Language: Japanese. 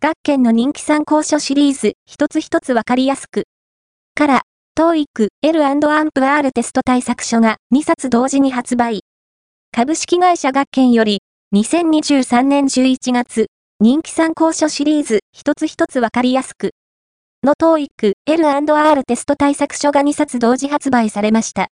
学研の人気参考書シリーズ、一つ一つわかりやすく。から、TOEIC L&AMP-R テスト対策書が2冊同時に発売。株式会社学研より、2023年11月、人気参考書シリーズ、一つ一つわかりやすく。のTOEIC L&R テスト対策書が2冊同時発売されました。